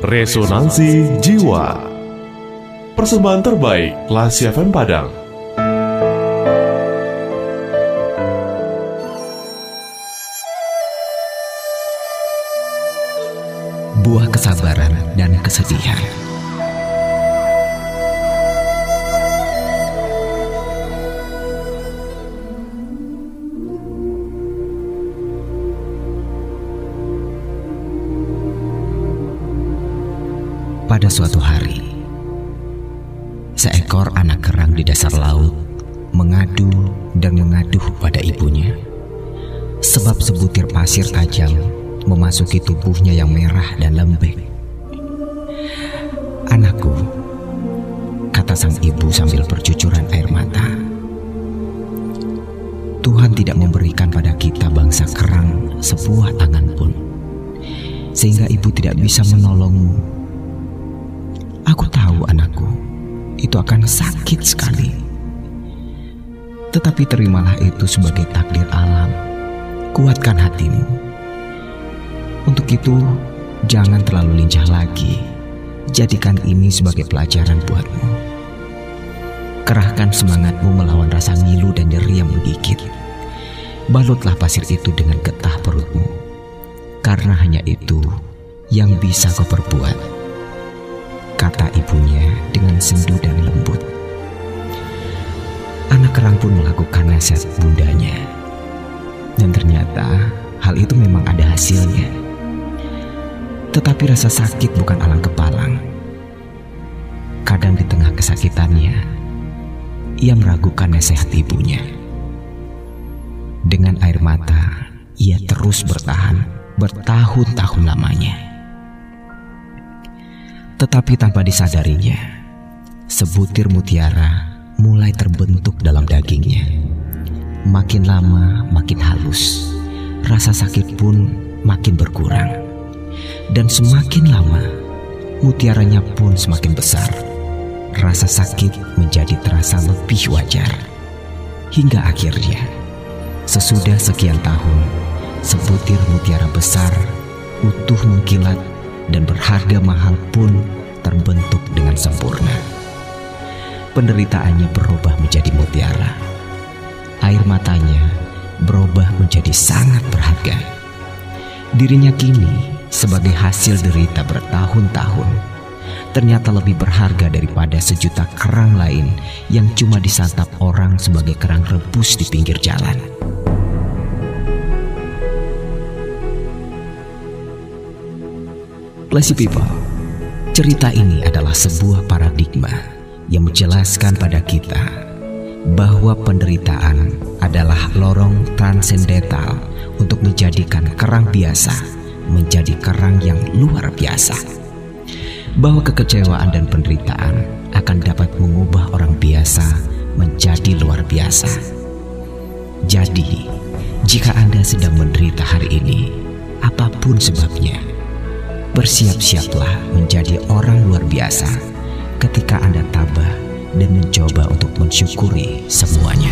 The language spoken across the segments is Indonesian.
Resonansi Jiwa. Persembahan terbaik Klasik FM Padang. Buah kesabaran dan kesedihan. Pada suatu hari, seekor anak kerang di dasar laut mengadu dan mengaduh pada ibunya, sebab sebutir pasir tajam memasuki tubuhnya yang merah dan lembek. "Anakku," kata sang ibu sambil bercucuran air mata, "Tuhan tidak memberikan pada kita bangsa kerang sebuah tangan pun, sehingga ibu tidak bisa menolongmu. Aku tahu, anakku, itu akan sakit sekali. Tetapi terimalah itu sebagai takdir alam. Kuatkan hatimu. Untuk itu, jangan terlalu lincah lagi. Jadikan ini sebagai pelajaran buatmu. Kerahkan semangatmu melawan rasa ngilu dan nyeri yang menggigit. Balutlah pasir itu dengan getah perutmu, karena hanya itu yang bisa kau perbuat," kata ibunya dengan sendu dan lembut. Anak kerang pun melakukan nasihat bundanya, dan ternyata hal itu memang ada hasilnya. Tetapi rasa sakit bukan alang kepalang. Kadang di tengah kesakitannya, ia meragukan nasihat ibunya. Dengan air mata, ia terus bertahan bertahun-tahun lamanya. Tetapi tanpa disadarinya, sebutir mutiara mulai terbentuk dalam dagingnya. Makin lama makin halus, rasa sakit pun makin berkurang. Dan semakin lama, mutiaranya pun semakin besar. Rasa sakit menjadi terasa lebih wajar. Hingga akhirnya, sesudah sekian tahun, sebutir mutiara besar, utuh mengkilat, dan berharga mahal pun terbentuk dengan sempurna. Penderitaannya berubah menjadi mutiara. Air matanya berubah menjadi sangat berharga. Dirinya kini sebagai hasil derita bertahun-tahun ternyata lebih berharga daripada sejuta kerang lain yang cuma disantap orang sebagai kerang rebus di pinggir jalan. Classy people, cerita ini adalah sebuah paradigma yang menjelaskan pada kita bahwa penderitaan adalah lorong transendental untuk menjadikan kerang biasa menjadi kerang yang luar biasa. Bahwa kekecewaan dan penderitaan akan dapat mengubah orang biasa menjadi luar biasa. Jadi, jika Anda sedang menderita hari ini, apapun sebabnya, bersiap-siaplah menjadi orang luar biasa ketika Anda tabah dan mencoba untuk mensyukuri semuanya.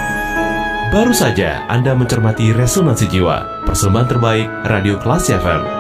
Baru saja Anda mencermati Resonansi Jiwa, persembahan terbaik Radio Klasik FM.